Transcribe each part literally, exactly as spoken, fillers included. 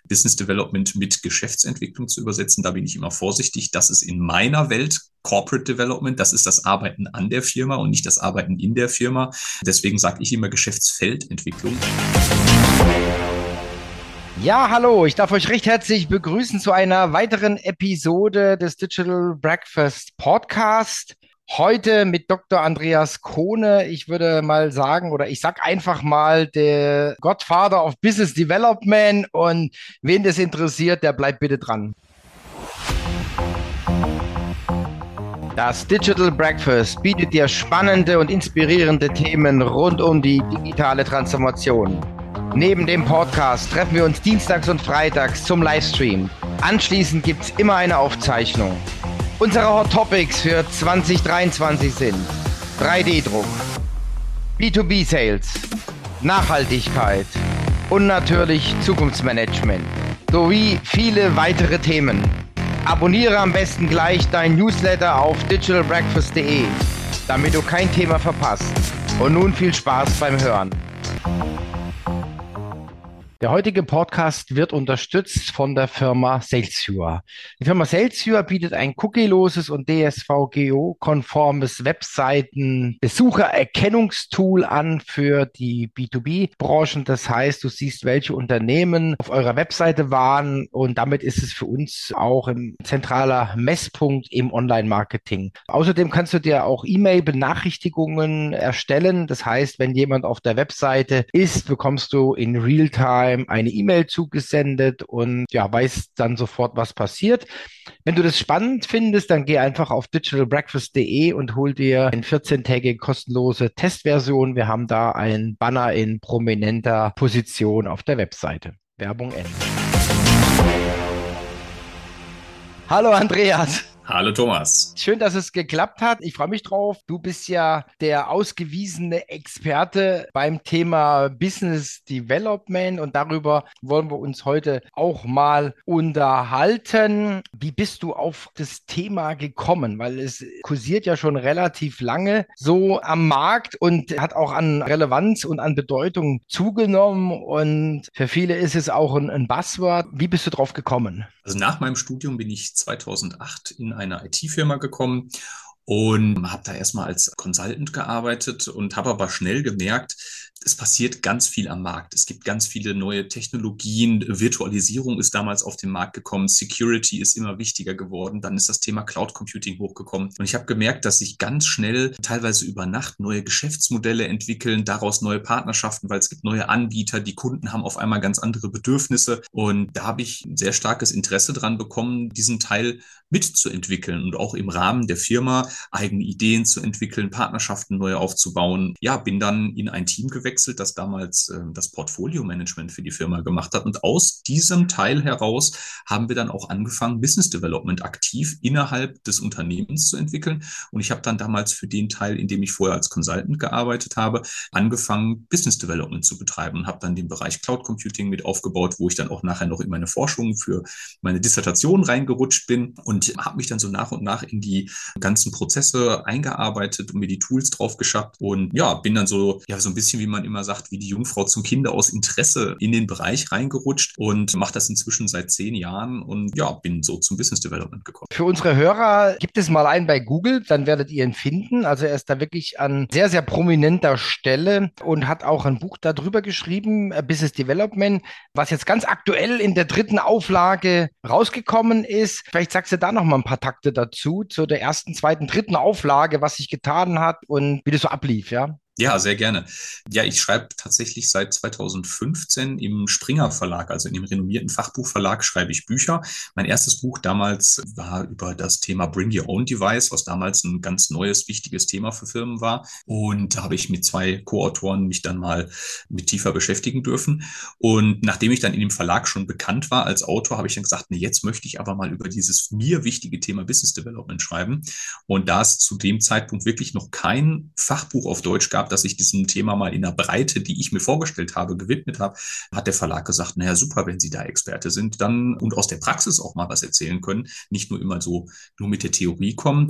Business Development mit Geschäftsentwicklung zu übersetzen. Da bin ich immer vorsichtig. Das ist in meiner Welt Corporate Development. Das ist das Arbeiten an der Firma und nicht das Arbeiten in der Firma. Deswegen sage ich immer Geschäftsfeldentwicklung. Ja, hallo, ich darf euch recht herzlich begrüßen zu einer weiteren Episode des Digital Breakfast Podcast. Heute mit Doktor Andreas Kohne. Ich würde mal sagen, oder ich sag einfach mal, der Godfather of Business Development. Und wen das interessiert, der bleibt bitte dran. Das Digital Breakfast bietet dir spannende und inspirierende Themen rund um die digitale Transformation. Neben dem Podcast treffen wir uns dienstags und freitags zum Livestream. Anschließend gibt es immer eine Aufzeichnung. Unsere Hot Topics für zwanzig dreiundzwanzig sind drei D-Druck, B zwei B Sales, Nachhaltigkeit und natürlich Zukunftsmanagement sowie viele weitere Themen. Abonniere am besten gleich dein Newsletter auf digital breakfast punkt de, damit du kein Thema verpasst. Und nun viel Spaß beim Hören. Der heutige Podcast wird unterstützt von der Firma Salesure. Die Firma Salesure bietet ein cookieloses und D S V G O-konformes Webseiten-Besuchererkennungstool an für die B zwei B-Branchen. Das heißt, du siehst, welche Unternehmen auf eurer Webseite waren, und damit ist es für uns auch ein zentraler Messpunkt im Online-Marketing. Außerdem kannst du dir auch E-Mail-Benachrichtigungen erstellen. Das heißt, wenn jemand auf der Webseite ist, bekommst du in Realtime eine E-Mail zugesendet und ja, weißt dann sofort, was passiert. Wenn du das spannend findest, dann geh einfach auf digital breakfast punkt de und hol dir eine vierzehn-tägige kostenlose Testversion. Wir haben da einen Banner in prominenter Position auf der Webseite. Werbung Ende. Hallo Andreas. Hallo Thomas. Schön, dass es geklappt hat. Ich freue mich drauf. Du bist ja der ausgewiesene Experte beim Thema Business Development, und darüber wollen wir uns heute auch mal unterhalten. Wie bist du auf das Thema gekommen? Weil es kursiert ja schon relativ lange so am Markt und hat auch an Relevanz und an Bedeutung zugenommen, und für viele ist es auch ein, ein Buzzword. Wie bist du drauf gekommen? Also nach meinem Studium bin ich zweitausendacht in eine I T-Firma gekommen und habe da erstmal als Consultant gearbeitet und habe aber schnell gemerkt, es passiert ganz viel am Markt. Es gibt ganz viele neue Technologien. Virtualisierung ist damals auf den Markt gekommen. Security ist immer wichtiger geworden. Dann ist das Thema Cloud Computing hochgekommen. Und ich habe gemerkt, dass sich ganz schnell, teilweise über Nacht, neue Geschäftsmodelle entwickeln, daraus neue Partnerschaften, weil es gibt neue Anbieter. Die Kunden haben auf einmal ganz andere Bedürfnisse. Und da habe ich ein sehr starkes Interesse dran bekommen, diesen Teil mitzuentwickeln und auch im Rahmen der Firma eigene Ideen zu entwickeln, Partnerschaften neu aufzubauen. Ja, bin dann in ein Team gewechselt, das damals äh, das Portfolio-Management für die Firma gemacht hat. Und aus diesem Teil heraus haben wir dann auch angefangen, Business Development aktiv innerhalb des Unternehmens zu entwickeln. Und ich habe dann damals für den Teil, in dem ich vorher als Consultant gearbeitet habe, angefangen, Business Development zu betreiben und habe dann den Bereich Cloud Computing mit aufgebaut, wo ich dann auch nachher noch in meine Forschung für meine Dissertation reingerutscht bin und habe mich dann so nach und nach in die ganzen Prozesse eingearbeitet und mir die Tools drauf geschafft und ja, bin dann so, ja, so ein bisschen, wie man immer sagt, wie die Jungfrau zum Kinde aus Interesse in den Bereich reingerutscht und mache das inzwischen seit zehn Jahren und ja, bin so zum Business Development gekommen. Für unsere Hörer, gibt es mal einen bei Google, dann werdet ihr ihn finden. Also er ist da wirklich an sehr, sehr prominenter Stelle und hat auch ein Buch darüber geschrieben, äh, Business Development, was jetzt ganz aktuell in der dritten Auflage rausgekommen ist. Vielleicht sagst du da noch mal ein paar Takte dazu, zu der ersten, zweiten, dritten Auflage, was sich getan hat und wie das so ablief, ja? Ja, sehr gerne. Ja, ich schreibe tatsächlich seit zweitausendfünfzehn im Springer Verlag, also in dem renommierten Fachbuchverlag, schreibe ich Bücher. Mein erstes Buch damals war über das Thema Bring Your Own Device, was damals ein ganz neues, wichtiges Thema für Firmen war. Und da habe ich mit zwei Co-Autoren mich dann mal mit tiefer beschäftigen dürfen. Und nachdem ich dann in dem Verlag schon bekannt war als Autor, habe ich dann gesagt, nee, jetzt möchte ich aber mal über dieses mir wichtige Thema Business Development schreiben. Und da es zu dem Zeitpunkt wirklich noch kein Fachbuch auf Deutsch gab, dass ich diesem Thema mal in der Breite, die ich mir vorgestellt habe, gewidmet habe, hat der Verlag gesagt, naja, super, wenn Sie da Experte sind, dann und aus der Praxis auch mal was erzählen können, nicht nur immer so nur mit der Theorie kommen, dann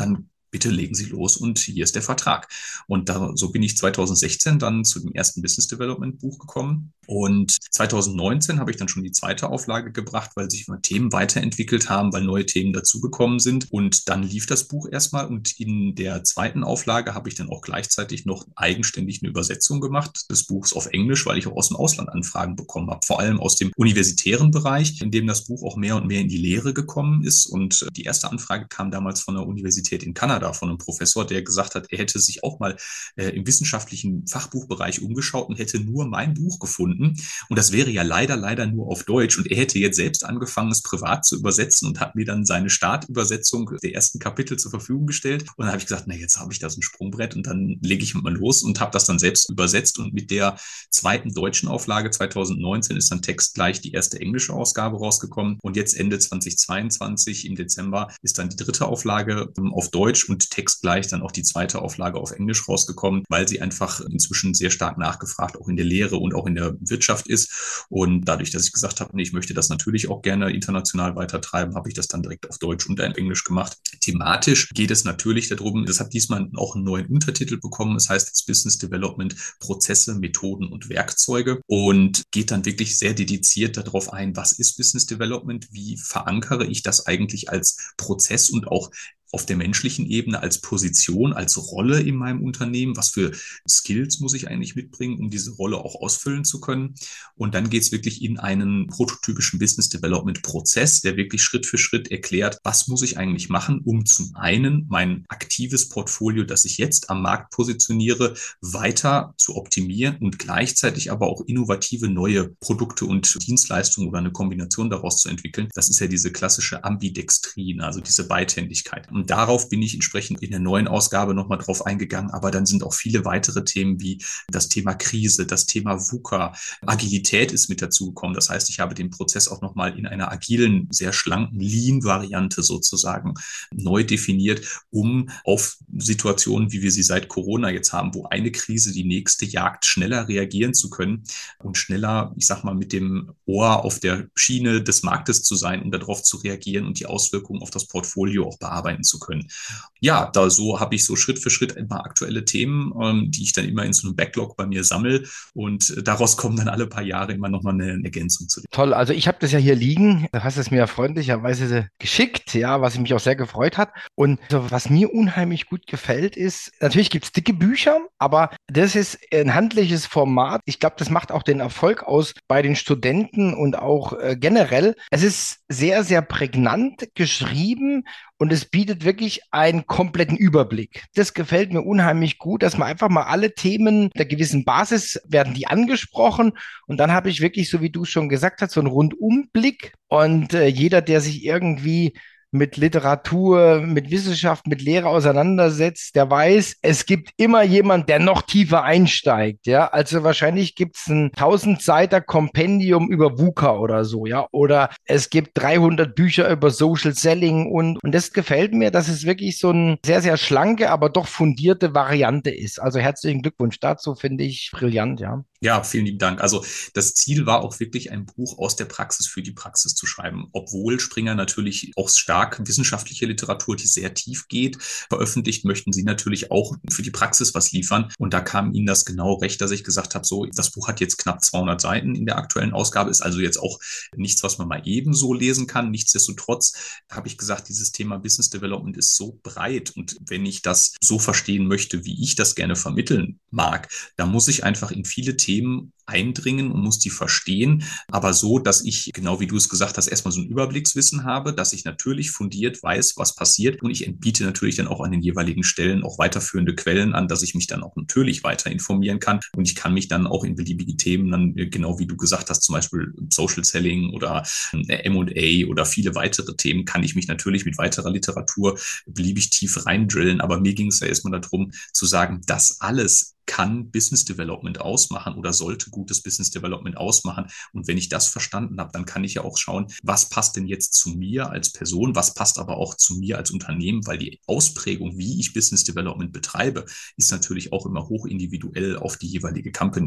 bitte legen Sie los und hier ist der Vertrag. Und da, so bin ich zweitausendsechzehn dann zu dem ersten Business Development Buch gekommen. Und zweitausendneunzehn habe ich dann schon die zweite Auflage gebracht, weil sich immer Themen weiterentwickelt haben, weil neue Themen dazugekommen sind. Und dann lief das Buch erstmal. Und in der zweiten Auflage habe ich dann auch gleichzeitig noch eigenständig eine Übersetzung gemacht des Buchs auf Englisch, weil ich auch aus dem Ausland Anfragen bekommen habe, vor allem aus dem universitären Bereich, in dem das Buch auch mehr und mehr in die Lehre gekommen ist. Und die erste Anfrage kam damals von der Universität in Kanada, von einem Professor, der gesagt hat, er hätte sich auch mal äh, im wissenschaftlichen Fachbuchbereich umgeschaut und hätte nur mein Buch gefunden. Und das wäre ja leider, leider nur auf Deutsch. Und er hätte jetzt selbst angefangen, es privat zu übersetzen und hat mir dann seine Startübersetzung der ersten Kapitel zur Verfügung gestellt. Und dann habe ich gesagt, na, jetzt habe ich da so ein Sprungbrett und dann lege ich mal los und habe das dann selbst übersetzt. Und mit der zweiten deutschen Auflage zweitausendneunzehn ist dann textgleich die erste englische Ausgabe rausgekommen. Und jetzt Ende zweitausendzweiundzwanzig im Dezember ist dann die dritte Auflage auf Deutsch und textgleich dann auch die zweite Auflage auf Englisch rausgekommen, weil sie einfach inzwischen sehr stark nachgefragt auch in der Lehre und auch in der Wirtschaft ist. Und dadurch, dass ich gesagt habe, nee, ich möchte das natürlich auch gerne international weitertreiben, habe ich das dann direkt auf Deutsch und in Englisch gemacht. Thematisch geht es natürlich darum, das hat diesmal auch einen neuen Untertitel bekommen, das heißt jetzt Business Development, Prozesse, Methoden und Werkzeuge und geht dann wirklich sehr dediziert darauf ein, was ist Business Development, wie verankere ich das eigentlich als Prozess und auch auf der menschlichen Ebene als Position, als Rolle in meinem Unternehmen. Was für Skills muss ich eigentlich mitbringen, um diese Rolle auch ausfüllen zu können? Und dann geht es wirklich in einen prototypischen Business Development Prozess, der wirklich Schritt für Schritt erklärt, was muss ich eigentlich machen, um zum einen mein aktives Portfolio, das ich jetzt am Markt positioniere, weiter zu optimieren und gleichzeitig aber auch innovative neue Produkte und Dienstleistungen oder eine Kombination daraus zu entwickeln. Das ist ja diese klassische Ambidextrin, also diese Beidhändigkeit. Und darauf bin ich entsprechend in der neuen Ausgabe nochmal drauf eingegangen. Aber dann sind auch viele weitere Themen wie das Thema Krise, das Thema VUCA, Agilität ist mit dazugekommen. Das heißt, ich habe den Prozess auch nochmal in einer agilen, sehr schlanken Lean-Variante sozusagen neu definiert, um auf Situationen, wie wir sie seit Corona jetzt haben, wo eine Krise die nächste jagt, schneller reagieren zu können und schneller, ich sag mal, mit dem Ohr auf der Schiene des Marktes zu sein, um darauf zu reagieren und die Auswirkungen auf das Portfolio auch bearbeiten zu können. Ja, da so habe ich so Schritt für Schritt immer aktuelle Themen, ähm, die ich dann immer in so einem Backlog bei mir sammle und äh, daraus kommen dann alle paar Jahre immer nochmal eine, eine Ergänzung zu dem. Toll, also ich habe das ja hier liegen, du hast es mir ja freundlicherweise geschickt, ja, was mich auch sehr gefreut hat. Und so, was mir unheimlich gut gefällt, ist, natürlich gibt es dicke Bücher, aber das ist ein handliches Format. Ich glaube, das macht auch den Erfolg aus bei den Studenten und auch äh, generell. Es ist sehr, sehr prägnant geschrieben. Und es bietet wirklich einen kompletten Überblick. Das gefällt mir unheimlich gut, dass man einfach mal alle Themen der gewissen Basis werden die angesprochen. Und dann habe ich wirklich, so wie du es schon gesagt hast, so einen Rundumblick. Und äh, jeder, der sich irgendwie mit Literatur, mit Wissenschaft, mit Lehre auseinandersetzt, der weiß, es gibt immer jemand, der noch tiefer einsteigt, ja. Also wahrscheinlich gibt es ein tausend Seiter Kompendium über VUCA oder so, ja. Oder es gibt dreihundert Bücher über Social Selling und, und das gefällt mir, dass es wirklich so eine sehr, sehr schlanke, aber doch fundierte Variante ist. Also herzlichen Glückwunsch dazu, finde ich brillant, ja. Ja, vielen lieben Dank. Also das Ziel war auch wirklich, ein Buch aus der Praxis für die Praxis zu schreiben, obwohl Springer natürlich auch stark wissenschaftliche Literatur, die sehr tief geht, veröffentlicht, möchten sie natürlich auch für die Praxis was liefern. Und da kam ihnen das genau recht, dass ich gesagt habe, so, das Buch hat jetzt knapp zweihundert Seiten in der aktuellen Ausgabe, ist also jetzt auch nichts, was man mal ebenso lesen kann. Nichtsdestotrotz habe ich gesagt, dieses Thema Business Development ist so breit. Und wenn ich das so verstehen möchte, wie ich das gerne vermitteln mag, dann muss ich einfach in viele Themen Themen eindringen und muss die verstehen, aber so, dass ich, genau wie du es gesagt hast, erstmal so ein Überblickswissen habe, dass ich natürlich fundiert weiß, was passiert und ich biete natürlich dann auch an den jeweiligen Stellen auch weiterführende Quellen an, dass ich mich dann auch natürlich weiter informieren kann und ich kann mich dann auch in beliebige Themen dann, genau wie du gesagt hast, zum Beispiel Social Selling oder M und A oder viele weitere Themen, kann ich mich natürlich mit weiterer Literatur beliebig tief reindrillen, aber mir ging es ja erstmal darum zu sagen, das alles kann Business Development ausmachen oder sollte gutes Business Development ausmachen. Und wenn ich das verstanden habe, dann kann ich ja auch schauen, was passt denn jetzt zu mir als Person, was passt aber auch zu mir als Unternehmen, weil die Ausprägung, wie ich Business Development betreibe, ist natürlich auch immer hoch individuell auf die jeweilige Company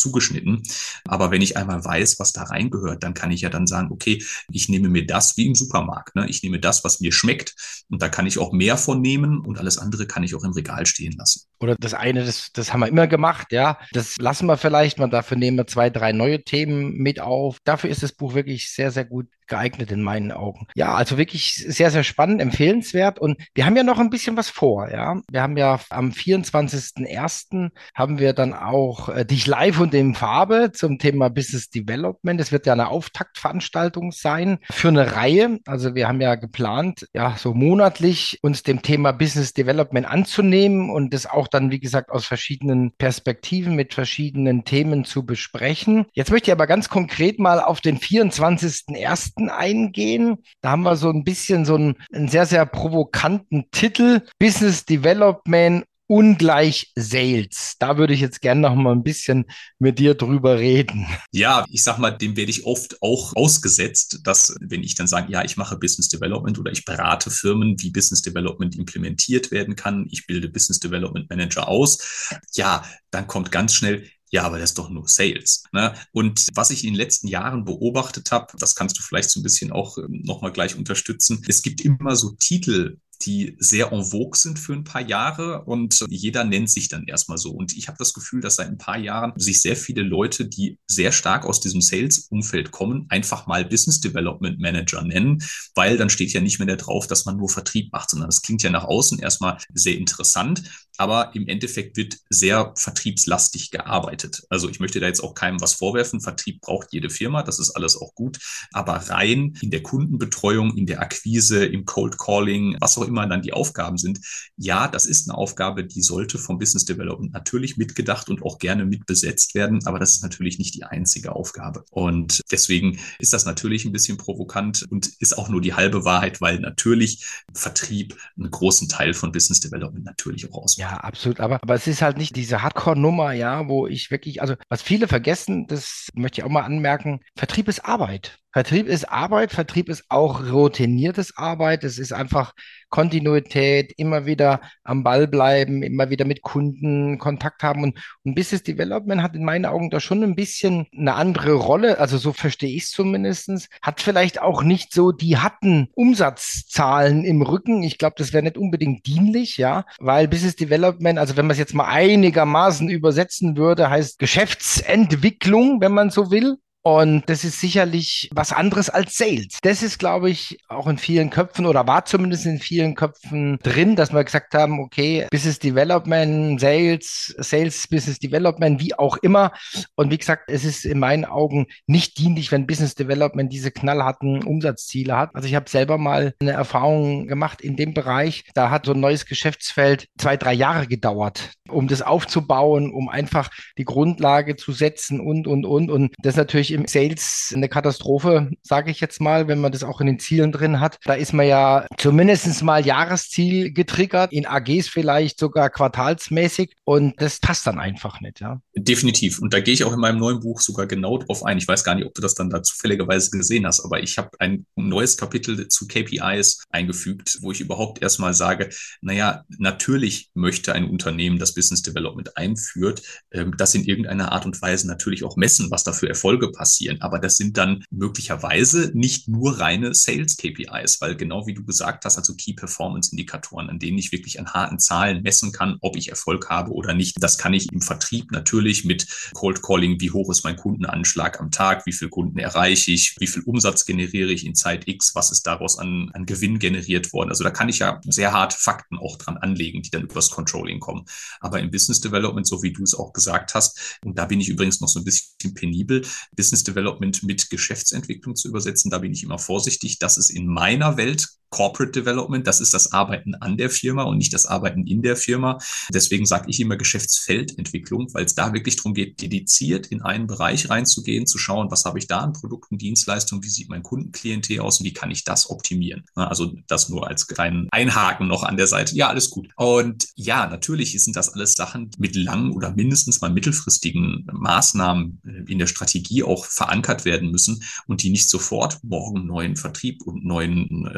zugeschnitten. Aber wenn ich einmal weiß, was da reingehört, dann kann ich ja dann sagen, okay, ich nehme mir das wie im Supermarkt. Ne? Ich nehme das, was mir schmeckt und da kann ich auch mehr von nehmen und alles andere kann ich auch im Regal stehen lassen. Oder das eine, das, das haben wir immer gemacht, ja. Das lassen wir vielleicht mal, dafür nehmen wir zwei, drei neue Themen mit auf. Dafür ist das Buch wirklich sehr, sehr gut geeignet in meinen Augen. Ja, also wirklich sehr, sehr spannend, empfehlenswert. Und wir haben ja noch ein bisschen was vor, ja. Wir haben ja am vierundzwanzigsten ersten haben wir dann auch äh, dich live und in Farbe zum Thema Business Development. Das wird ja eine Auftaktveranstaltung sein für eine Reihe. Also wir haben ja geplant, ja, so monatlich uns dem Thema Business Development anzunehmen und das auch dann, wie gesagt, aus verschiedenen Perspektiven mit verschiedenen Themen zu besprechen. Jetzt möchte ich aber ganz konkret mal auf den vierundzwanzigsten ersten eingehen. Da haben wir so ein bisschen so einen, einen sehr, sehr provokanten Titel: Business Development ungleich Sales. Da würde ich jetzt gerne noch mal ein bisschen mit dir drüber reden. Ja, ich sag mal, dem werde ich oft auch ausgesetzt, dass wenn ich dann sage, ja, ich mache Business Development oder ich berate Firmen, wie Business Development implementiert werden kann, ich bilde Business Development Manager aus, ja, dann kommt ganz schnell, ja, aber das ist doch nur Sales. Ne? Und was ich in den letzten Jahren beobachtet habe, das kannst du vielleicht so ein bisschen auch nochmal gleich unterstützen. Es gibt immer so Titel, die sehr en vogue sind für ein paar Jahre und jeder nennt sich dann erstmal so. Und ich habe das Gefühl, dass seit ein paar Jahren sich sehr viele Leute, die sehr stark aus diesem Sales-Umfeld kommen, einfach mal Business Development Manager nennen, weil dann steht ja nicht mehr da drauf, dass man nur Vertrieb macht, sondern das klingt ja nach außen erstmal sehr interessant. Aber im Endeffekt wird sehr vertriebslastig gearbeitet. Also ich möchte da jetzt auch keinem was vorwerfen. Vertrieb braucht jede Firma, das ist alles auch gut. Aber rein in der Kundenbetreuung, in der Akquise, im Cold Calling, was auch immer dann die Aufgaben sind, ja, das ist eine Aufgabe, die sollte vom Business Development natürlich mitgedacht und auch gerne mitbesetzt werden. Aber das ist natürlich nicht die einzige Aufgabe. Und deswegen ist das natürlich ein bisschen provokant und ist auch nur die halbe Wahrheit, weil natürlich Vertrieb einen großen Teil von Business Development natürlich auch ausmacht. Ja, absolut. Aber, aber es ist halt nicht diese Hardcore-Nummer, ja, wo ich wirklich, also was viele vergessen, das möchte ich auch mal anmerken, Vertrieb ist Arbeit. Vertrieb ist Arbeit, Vertrieb ist auch routiniertes Arbeit. Es ist einfach Kontinuität, immer wieder am Ball bleiben, immer wieder mit Kunden Kontakt haben. Und, und Business Development hat in meinen Augen da schon ein bisschen eine andere Rolle. Also so verstehe ich es zumindest. Hat vielleicht auch nicht so die harten Umsatzzahlen im Rücken. Ich glaube, das wäre nicht unbedingt dienlich, ja, weil Business Development, also wenn man es jetzt mal einigermaßen übersetzen würde, heißt Geschäftsentwicklung, wenn man so will. Und das ist sicherlich was anderes als Sales. Das ist, glaube ich, auch in vielen Köpfen oder war zumindest in vielen Köpfen drin, dass wir gesagt haben, okay, Business Development, Sales, Sales, Business Development, wie auch immer. Und wie gesagt, es ist in meinen Augen nicht dienlich, wenn Business Development diese knallharten Umsatzziele hat. Also ich habe selber mal eine Erfahrung gemacht in dem Bereich. Da hat so ein neues Geschäftsfeld zwei, drei Jahre gedauert, um das aufzubauen, um einfach die Grundlage zu setzen und, und, und. Und das ist natürlich im Sales eine Katastrophe, sage ich jetzt mal, wenn man das auch in den Zielen drin hat. Da ist man ja zumindest mal Jahresziel getriggert, in A Gs vielleicht sogar quartalsmäßig und das passt dann einfach nicht, ja. Definitiv. Und da gehe ich auch in meinem neuen Buch sogar genau drauf ein. Ich weiß gar nicht, ob du das dann da zufälligerweise gesehen hast, aber ich habe ein neues Kapitel zu K P Is eingefügt, wo ich überhaupt erstmal sage, naja, natürlich möchte ein Unternehmen, das Business Development einführt, das in irgendeiner Art und Weise natürlich auch messen, was da für Erfolge passieren. Aber das sind dann möglicherweise nicht nur reine Sales-K P Is, weil genau wie du gesagt hast, also Key Performance Indikatoren, an denen ich wirklich an harten Zahlen messen kann, ob ich Erfolg habe oder nicht. Das kann ich im Vertrieb natürlich mit Cold Calling, wie hoch ist mein Kundenanschlag am Tag, wie viele Kunden erreiche ich, wie viel Umsatz generiere ich in Zeit X, was ist daraus an, an Gewinn generiert worden. Also da kann ich ja sehr hart Fakten auch dran anlegen, die dann übers Controlling kommen. Aber im Business Development, so wie du es auch gesagt hast, und da bin ich übrigens noch so ein bisschen penibel, Business Development mit Geschäftsentwicklung zu übersetzen, da bin ich immer vorsichtig. Das ist in meiner Welt Corporate Development, das ist das Arbeiten an der Firma und nicht das Arbeiten in der Firma. Deswegen sage ich immer Geschäftsfeldentwicklung, weil es da wirklich darum geht, dediziert in einen Bereich reinzugehen, zu schauen, was habe ich da an Produkten, Dienstleistungen, wie sieht mein Kundenklientel aus und wie kann ich das optimieren. Also das nur als kleinen Einhaken noch an der Seite. Ja, alles gut. Und ja, natürlich sind das alles Sachen mit langen oder mindestens mal mittelfristigen Maßnahmen in der Strategie auch verankert werden müssen und die nicht sofort morgen neuen Vertrieb und neuen, ähm, neuen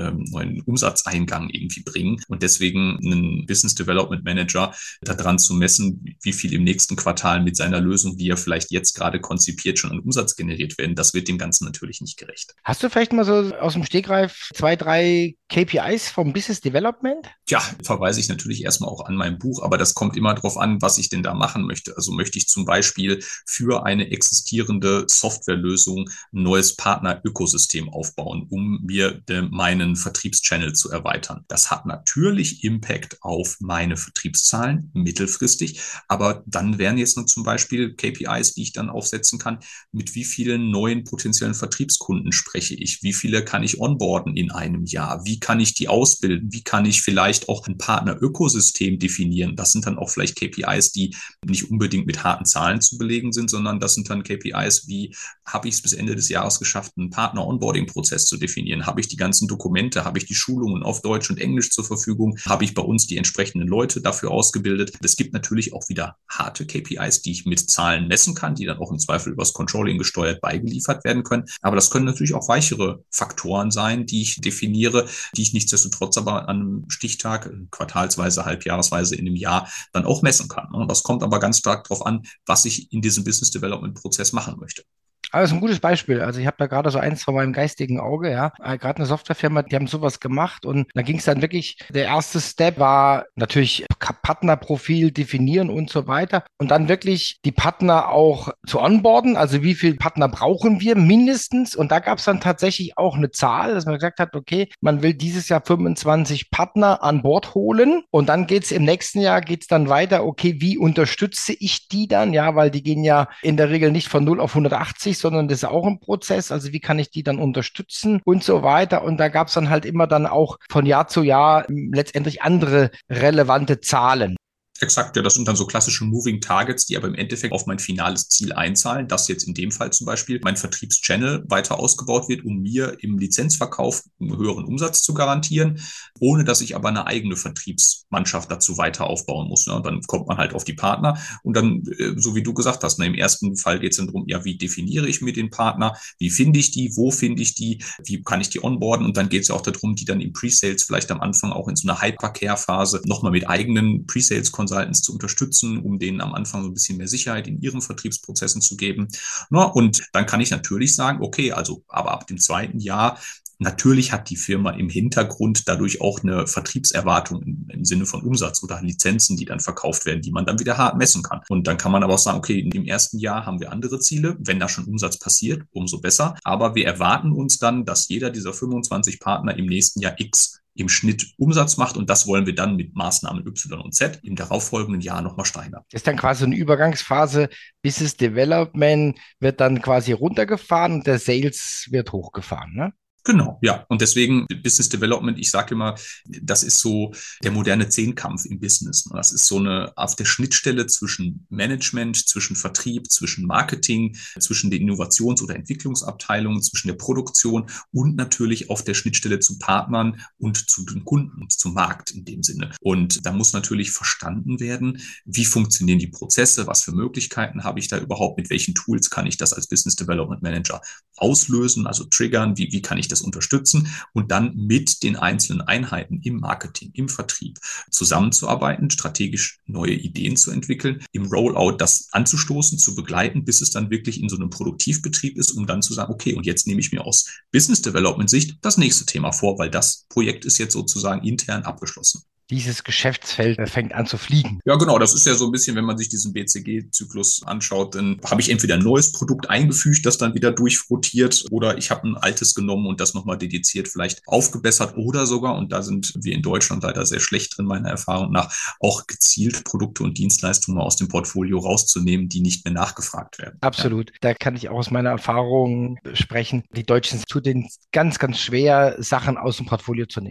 neuen Umsatzeingang irgendwie bringen. Und deswegen einen Business Development Manager daran zu messen, wie viel im nächsten Quartal mit seiner Lösung, die er vielleicht jetzt gerade konzipiert, schon an Umsatz generiert werden, das wird dem Ganzen natürlich nicht gerecht. Hast du vielleicht mal so aus dem Stegreif zwei, drei K P Is vom Business Development? Ja, verweise ich natürlich erstmal auch an mein Buch, aber das kommt immer darauf an, was ich denn da machen möchte. Also möchte ich zum Beispiel für eine existierende Softwarelösung ein neues Partnerökosystem aufbauen, um mir de, meinen Vertriebschannel zu erweitern. Das hat natürlich Impact auf meine Vertriebszahlen mittelfristig, aber dann wären jetzt nur zum Beispiel K P Is, die ich dann aufsetzen kann, mit wie vielen neuen potenziellen Vertriebskunden spreche ich, wie viele kann ich onboarden in einem Jahr, wie kann ich die ausbilden, wie kann ich vielleicht auch ein Partnerökosystem definieren. Das sind dann auch vielleicht K P Is, die nicht unbedingt mit harten Zahlen zu belegen sind, sondern das sind dann K P Is wie, habe ich es bis Ende des Jahres geschafft, einen Partner-Onboarding-Prozess zu definieren? Habe ich die ganzen Dokumente, habe ich die Schulungen auf Deutsch und Englisch zur Verfügung? Habe ich bei uns die entsprechenden Leute dafür ausgebildet? Es gibt natürlich auch wieder harte K P Is, die ich mit Zahlen messen kann, die dann auch im Zweifel übers Controlling gesteuert beigeliefert werden können. Aber das können natürlich auch weichere Faktoren sein, die ich definiere, die ich nichtsdestotrotz aber an einem Stichtag, quartalsweise, halbjahresweise in einem Jahr dann auch messen kann. Und das kommt aber ganz stark darauf an, was ich in diesem Business Development Prozess machen möchte. Aber das ist ein gutes Beispiel. Also ich habe da gerade so eins vor meinem geistigen Auge, ja. Äh, Gerade eine Softwarefirma, die haben sowas gemacht und da ging es dann wirklich, der erste Step war natürlich Partnerprofil definieren und so weiter und dann wirklich die Partner auch zu onboarden, also wie viele Partner brauchen wir mindestens und da gab es dann tatsächlich auch eine Zahl, dass man gesagt hat, okay, man will dieses Jahr fünfundzwanzig Partner an Bord holen und dann geht es im nächsten Jahr, geht es dann weiter, okay, wie unterstütze ich die dann, ja, weil die gehen ja in der Regel nicht von null auf hundertachtzig, sondern das ist auch ein Prozess. Also wie kann ich die dann unterstützen und so weiter. Und da gab es dann halt immer dann auch von Jahr zu Jahr letztendlich andere relevante Zahlen. Exakt, ja, das sind dann so klassische Moving Targets, die aber im Endeffekt auf mein finales Ziel einzahlen, dass jetzt in dem Fall zum Beispiel mein Vertriebschannel weiter ausgebaut wird, um mir im Lizenzverkauf einen höheren Umsatz zu garantieren, ohne dass ich aber eine eigene Vertriebsmannschaft dazu weiter aufbauen muss. Ne? Und dann kommt man halt auf die Partner und dann, so wie du gesagt hast, ne, im ersten Fall geht es dann darum, ja, wie definiere ich mir den Partner, wie finde ich die, wo finde ich die, wie kann ich die onboarden und dann geht es ja auch darum, die dann im Pre-Sales vielleicht am Anfang auch in so einer Hypercare-Phase nochmal mit eigenen Pre-Sales Consultants zu unterstützen, um denen am Anfang so ein bisschen mehr Sicherheit in ihren Vertriebsprozessen zu geben. Na, und dann kann ich natürlich sagen, okay, also aber ab dem zweiten Jahr, natürlich hat die Firma im Hintergrund dadurch auch eine Vertriebserwartung im, im Sinne von Umsatz oder Lizenzen, die dann verkauft werden, die man dann wieder hart messen kann. Und dann kann man aber auch sagen, okay, im ersten Jahr haben wir andere Ziele. Wenn da schon Umsatz passiert, umso besser. Aber wir erwarten uns dann, dass jeder dieser fünfundzwanzig Partner im nächsten Jahr X im Schnitt Umsatz macht und das wollen wir dann mit Maßnahmen Y und Z im darauffolgenden Jahr nochmal steigern. Das ist dann quasi eine Übergangsphase. Business Development wird dann quasi runtergefahren und der Sales wird hochgefahren, ne? Genau, ja. Und deswegen Business Development, ich sage immer, das ist so der moderne Zehnkampf im Business. Das ist so eine auf der Schnittstelle zwischen Management, zwischen Vertrieb, zwischen Marketing, zwischen den Innovations- oder Entwicklungsabteilungen, zwischen der Produktion und natürlich auf der Schnittstelle zu Partnern und zu den Kunden, zum Markt in dem Sinne. Und da muss natürlich verstanden werden, wie funktionieren die Prozesse, was für Möglichkeiten habe ich da überhaupt, mit welchen Tools kann ich das als Business Development Manager auslösen, also triggern, wie, wie kann ich das unterstützen und dann mit den einzelnen Einheiten im Marketing, im Vertrieb zusammenzuarbeiten, strategisch neue Ideen zu entwickeln, im Rollout das anzustoßen, zu begleiten, bis es dann wirklich in so einem Produktivbetrieb ist, um dann zu sagen, okay, und jetzt nehme ich mir aus Business Development Sicht das nächste Thema vor, weil das Projekt ist jetzt sozusagen intern abgeschlossen. Dieses Geschäftsfeld fängt an zu fliegen. Ja, genau. Das ist ja so ein bisschen, wenn man sich diesen B C G-Zyklus anschaut, dann habe ich entweder ein neues Produkt eingefügt, das dann wieder durchrotiert, oder ich habe ein altes genommen und das nochmal dediziert vielleicht aufgebessert oder sogar, und da sind wir in Deutschland leider sehr schlecht drin, meiner Erfahrung nach, auch gezielt Produkte und Dienstleistungen aus dem Portfolio rauszunehmen, die nicht mehr nachgefragt werden. Absolut. Ja. Da kann ich auch aus meiner Erfahrung sprechen. Die Deutschen tun denen ganz, ganz schwer, Sachen aus dem Portfolio zu nehmen. Es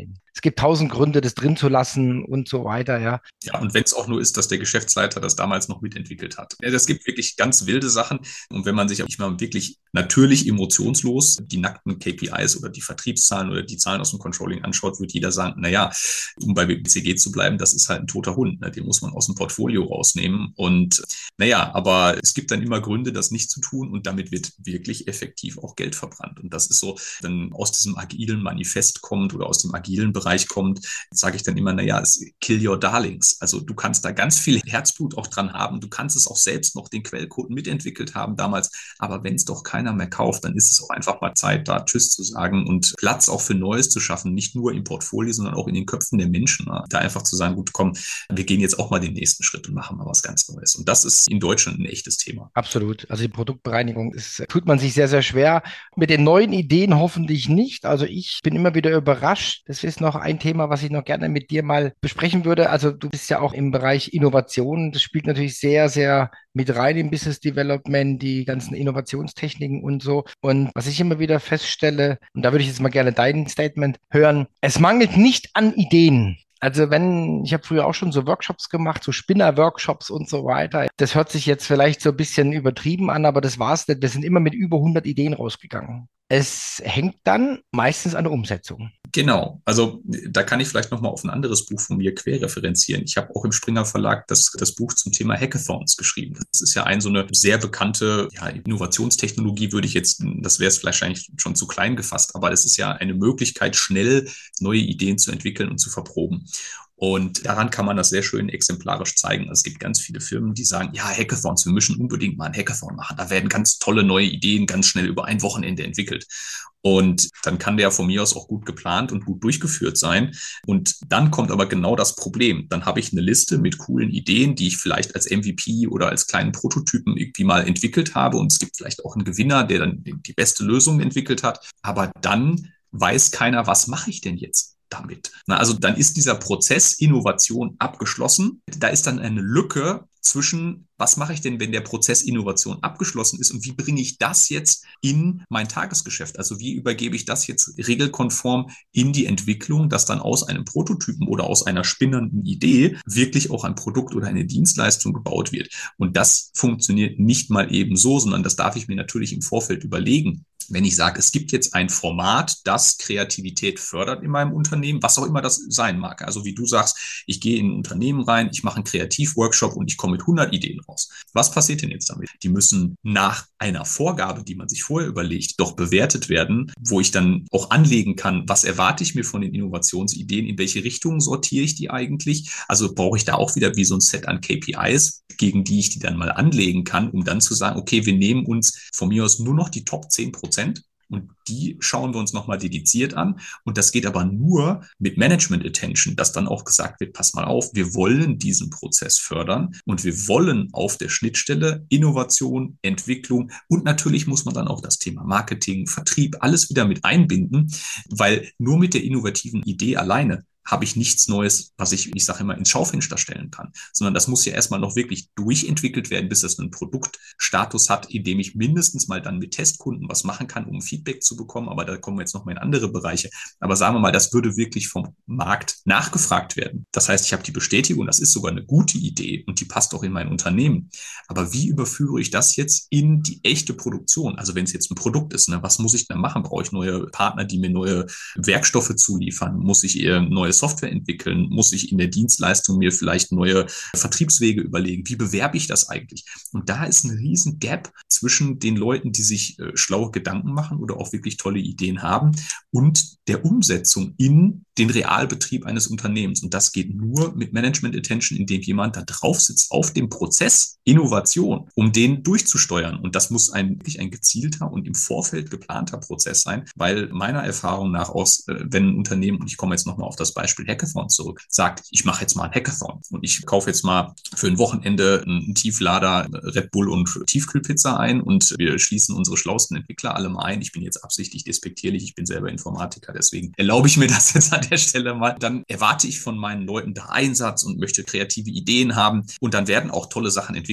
gibt tausend Gründe, das drin zu lassen und so weiter, ja. Ja, und wenn es auch nur ist, dass der Geschäftsleiter das damals noch mitentwickelt hat. Ja, das gibt wirklich ganz wilde Sachen. Und wenn man sich auch nicht mal wirklich natürlich emotionslos die nackten K P Is oder die Vertriebszahlen oder die Zahlen aus dem Controlling anschaut, wird jeder sagen, naja, um bei B C G zu bleiben, das ist halt ein toter Hund. Ne? Den muss man aus dem Portfolio rausnehmen. Und naja, aber es gibt dann immer Gründe, das nicht zu tun. Und damit wird wirklich effektiv auch Geld verbrannt. Und das ist so, wenn aus diesem agilen Manifest kommt oder aus dem agilen Bereich kommt, sage ich dann immer, naja, es kill your darlings. Also du kannst da ganz viel Herzblut auch dran haben. Du kannst es auch selbst noch den Quellcode mitentwickelt haben damals. Aber wenn es doch keiner mehr kauft, dann ist es auch einfach mal Zeit, da Tschüss zu sagen und Platz auch für Neues zu schaffen. Nicht nur im Portfolio, sondern auch in den Köpfen der Menschen. Da einfach zu sagen, gut, komm, wir gehen jetzt auch mal den nächsten Schritt und machen mal was ganz Neues. Und das ist in Deutschland ein echtes Thema. Absolut. Also die Produktbereinigung ist, tut man sich sehr, sehr schwer. Mit den neuen Ideen hoffentlich nicht. Also ich bin immer wieder überrascht. Das ist noch ein Thema, was ich noch gerne mit dir mal besprechen würde. Also du bist ja auch im Bereich Innovation. Das spielt natürlich sehr, sehr mit rein im Business Development, die ganzen Innovationstechniken und so. Und was ich immer wieder feststelle, und da würde ich jetzt mal gerne dein Statement hören, es mangelt nicht an Ideen. Also wenn, ich habe früher auch schon so Workshops gemacht, so Spinner-Workshops und so weiter. Das hört sich jetzt vielleicht so ein bisschen übertrieben an, aber das war's nicht. Wir sind immer mit über hundert Ideen rausgegangen. Es hängt dann meistens an der Umsetzung. Genau, also da kann ich vielleicht nochmal auf ein anderes Buch von mir querreferenzieren. Ich habe auch im Springer Verlag das, das Buch zum Thema Hackathons geschrieben. Das ist ja ein so eine sehr bekannte ja, Innovationstechnologie, würde ich jetzt, das wäre es vielleicht eigentlich schon zu klein gefasst, aber es ist ja eine Möglichkeit, schnell neue Ideen zu entwickeln und zu verproben. Und daran kann man das sehr schön exemplarisch zeigen. Also es gibt ganz viele Firmen, die sagen, ja, Hackathons, wir müssen unbedingt mal ein Hackathon machen. Da werden ganz tolle neue Ideen ganz schnell über ein Wochenende entwickelt. Und dann kann der von mir aus auch gut geplant und gut durchgeführt sein. Und dann kommt aber genau das Problem. Dann habe ich eine Liste mit coolen Ideen, die ich vielleicht als M V P oder als kleinen Prototypen irgendwie mal entwickelt habe. Und es gibt vielleicht auch einen Gewinner, der dann die beste Lösung entwickelt hat. Aber dann weiß keiner, was mache ich denn jetzt damit? Na, also dann ist dieser Prozess Innovation abgeschlossen. Da ist dann eine Lücke zwischen, was mache ich denn, wenn der Prozess Innovation abgeschlossen ist und wie bringe ich das jetzt in mein Tagesgeschäft? Also wie übergebe ich das jetzt regelkonform in die Entwicklung, dass dann aus einem Prototypen oder aus einer spinnenden Idee wirklich auch ein Produkt oder eine Dienstleistung gebaut wird. Und das funktioniert nicht mal eben so, sondern das darf ich mir natürlich im Vorfeld überlegen. Wenn ich sage, es gibt jetzt ein Format, das Kreativität fördert in meinem Unternehmen, was auch immer das sein mag. Also wie du sagst, ich gehe in ein Unternehmen rein, ich mache einen Kreativworkshop und ich komme mit hundert Ideen raus. Was passiert denn jetzt damit? Die müssen nach einer Vorgabe, die man sich vorher überlegt, doch bewertet werden, wo ich dann auch anlegen kann, was erwarte ich mir von den Innovationsideen, in welche Richtung sortiere ich die eigentlich? Also brauche ich da auch wieder wie so ein Set an K P Is, gegen die ich die dann mal anlegen kann, um dann zu sagen, okay, wir nehmen uns von mir aus nur noch die Top zehn Prozent und die schauen wir uns nochmal dediziert an. Und das geht aber nur mit Management Attention, dass dann auch gesagt wird, pass mal auf, wir wollen diesen Prozess fördern und wir wollen auf der Schnittstelle Innovation, Entwicklung und natürlich muss man dann auch das Thema Marketing, Vertrieb, alles wieder mit einbinden, weil nur mit der innovativen Idee alleine habe ich nichts Neues, was ich, ich sage immer, ins Schaufenster stellen kann, sondern das muss ja erstmal noch wirklich durchentwickelt werden, bis es einen Produktstatus hat, in dem ich mindestens mal dann mit Testkunden was machen kann, um Feedback zu bekommen, aber da kommen wir jetzt noch mal in andere Bereiche. Aber sagen wir mal, das würde wirklich vom Markt nachgefragt werden. Das heißt, ich habe die Bestätigung, das ist sogar eine gute Idee und die passt auch in mein Unternehmen. Aber wie überführe ich das jetzt in die echte Produktion? Also wenn es jetzt ein Produkt ist, ne, was muss ich dann machen? Brauche ich neue Partner, die mir neue Werkstoffe zuliefern? Muss ich eher neue Software entwickeln? Muss ich in der Dienstleistung mir vielleicht neue Vertriebswege überlegen? Wie bewerbe ich das eigentlich? Und da ist ein riesen Gap zwischen den Leuten, die sich äh, schlaue Gedanken machen oder auch wirklich tolle Ideen haben und der Umsetzung in den Realbetrieb eines Unternehmens. Und das geht nur mit Management Attention, indem jemand da drauf sitzt auf dem Prozess Innovation, um den durchzusteuern. Und das muss ein, wirklich ein gezielter und im Vorfeld geplanter Prozess sein, weil meiner Erfahrung nach aus, äh, wenn ein Unternehmen, und ich komme jetzt nochmal auf das Beispiel Hackathon zurück, sagt, ich mache jetzt mal ein Hackathon und ich kaufe jetzt mal für ein Wochenende einen Tieflader Red Bull und Tiefkühlpizza ein und wir schließen unsere schlausten Entwickler alle mal ein. Ich bin jetzt absichtlich despektierlich, ich bin selber Informatiker, deswegen erlaube ich mir das jetzt an der Stelle mal. Dann erwarte ich von meinen Leuten da Einsatz und möchte kreative Ideen haben und dann werden auch tolle Sachen entwickelt.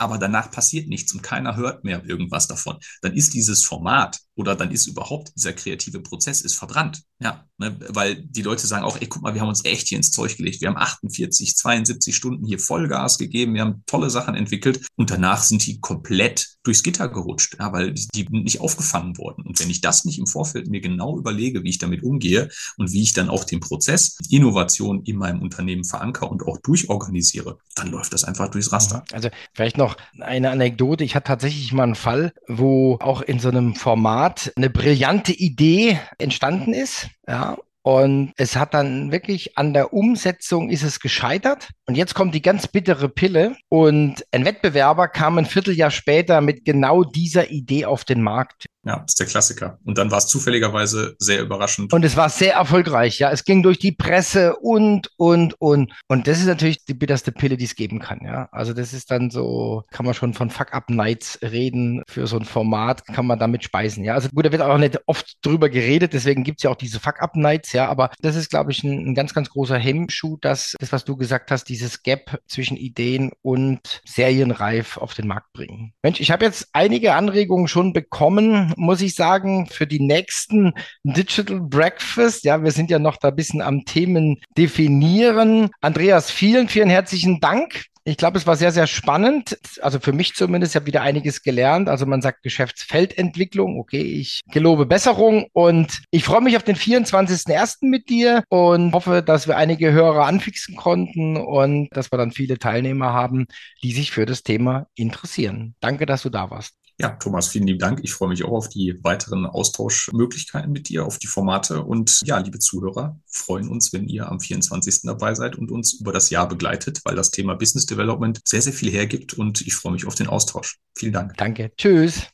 aber danach passiert nichts und keiner hört mehr irgendwas davon. Dann ist dieses Format oder dann ist überhaupt dieser kreative Prozess ist verbrannt. Ja, ne? Weil die Leute sagen auch, ey, guck mal, wir haben uns echt hier ins Zeug gelegt. Wir haben achtundvierzig, zweiundsiebzig Stunden hier Vollgas gegeben. Wir haben tolle Sachen entwickelt und danach sind die komplett durchs Gitter gerutscht, ja, weil die nicht aufgefangen wurden. Und wenn ich das nicht im Vorfeld mir genau überlege, wie ich damit umgehe und wie ich dann auch den Prozess Innovation in meinem Unternehmen verankere und auch durchorganisiere, dann läuft das einfach durchs Raster. Also vielleicht noch eine Anekdote. Ich hatte tatsächlich mal einen Fall, wo auch in so einem Format eine brillante Idee entstanden ist. Ja. Und es hat dann wirklich an der Umsetzung ist es gescheitert. Und jetzt kommt die ganz bittere Pille. Und ein Wettbewerber kam ein Vierteljahr später mit genau dieser Idee auf den Markt. Ja, das ist der Klassiker. Und dann war es zufälligerweise sehr überraschend. Und es war sehr erfolgreich, ja. Es ging durch die Presse und, und, und. Und das ist natürlich die bitterste Pille, die es geben kann, ja. Also das ist dann so, kann man schon von Fuck-Up-Nights reden. Für so ein Format kann man damit speisen, ja. Also gut, da wird auch nicht oft drüber geredet, deswegen gibt es ja auch diese Fuck-Up-Nights, ja. Aber das ist, glaube ich, ein, ein ganz, ganz großer Hemmschuh, dass das, was du gesagt hast, dieses Gap zwischen Ideen und serienreif auf den Markt bringen. Mensch, ich habe jetzt einige Anregungen schon bekommen, muss ich sagen, für die nächsten Digital Breakfast. Ja, wir sind ja noch da ein bisschen am Themen definieren. Andreas, vielen, vielen herzlichen Dank. Ich glaube, es war sehr, sehr spannend. Also für mich zumindest, ich habe wieder einiges gelernt. Also man sagt Geschäftsfeldentwicklung. Okay, ich gelobe Besserung und ich freue mich auf den vierundzwanzigsten ersten mit dir und hoffe, dass wir einige Hörer anfixen konnten und dass wir dann viele Teilnehmer haben, die sich für das Thema interessieren. Danke, dass du da warst. Ja, Thomas, vielen lieben Dank. Ich freue mich auch auf die weiteren Austauschmöglichkeiten mit dir, auf die Formate. Und ja, liebe Zuhörer, freuen uns, wenn ihr am vierundzwanzigsten dabei seid und uns über das Jahr begleitet, weil das Thema Business Development sehr, sehr viel hergibt und ich freue mich auf den Austausch. Vielen Dank. Danke. Tschüss.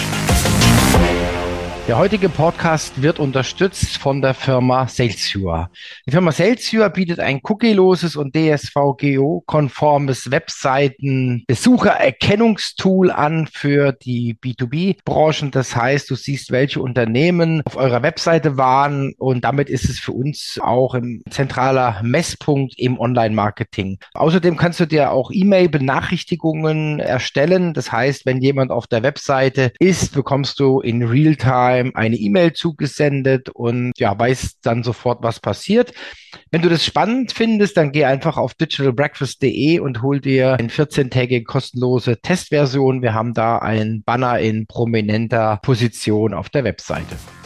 Der heutige Podcast wird unterstützt von der Firma Salesviewer. Die Firma Salesviewer bietet ein cookieloses und D S V G O-konformes Webseiten-Besuchererkennungstool an für die B zwei B-Branchen. Das heißt, du siehst, welche Unternehmen auf eurer Webseite waren und damit ist es für uns auch ein zentraler Messpunkt im Online-Marketing. Außerdem kannst du dir auch E-Mail-Benachrichtigungen erstellen. Das heißt, wenn jemand auf der Webseite ist, bekommst du in Realtime eine E-Mail zugesendet und ja, weißt dann sofort, was passiert. Wenn du das spannend findest, dann geh einfach auf digital breakfast punkt de und hol dir eine vierzehntägige kostenlose Testversion. Wir haben da einen Banner in prominenter Position auf der Webseite.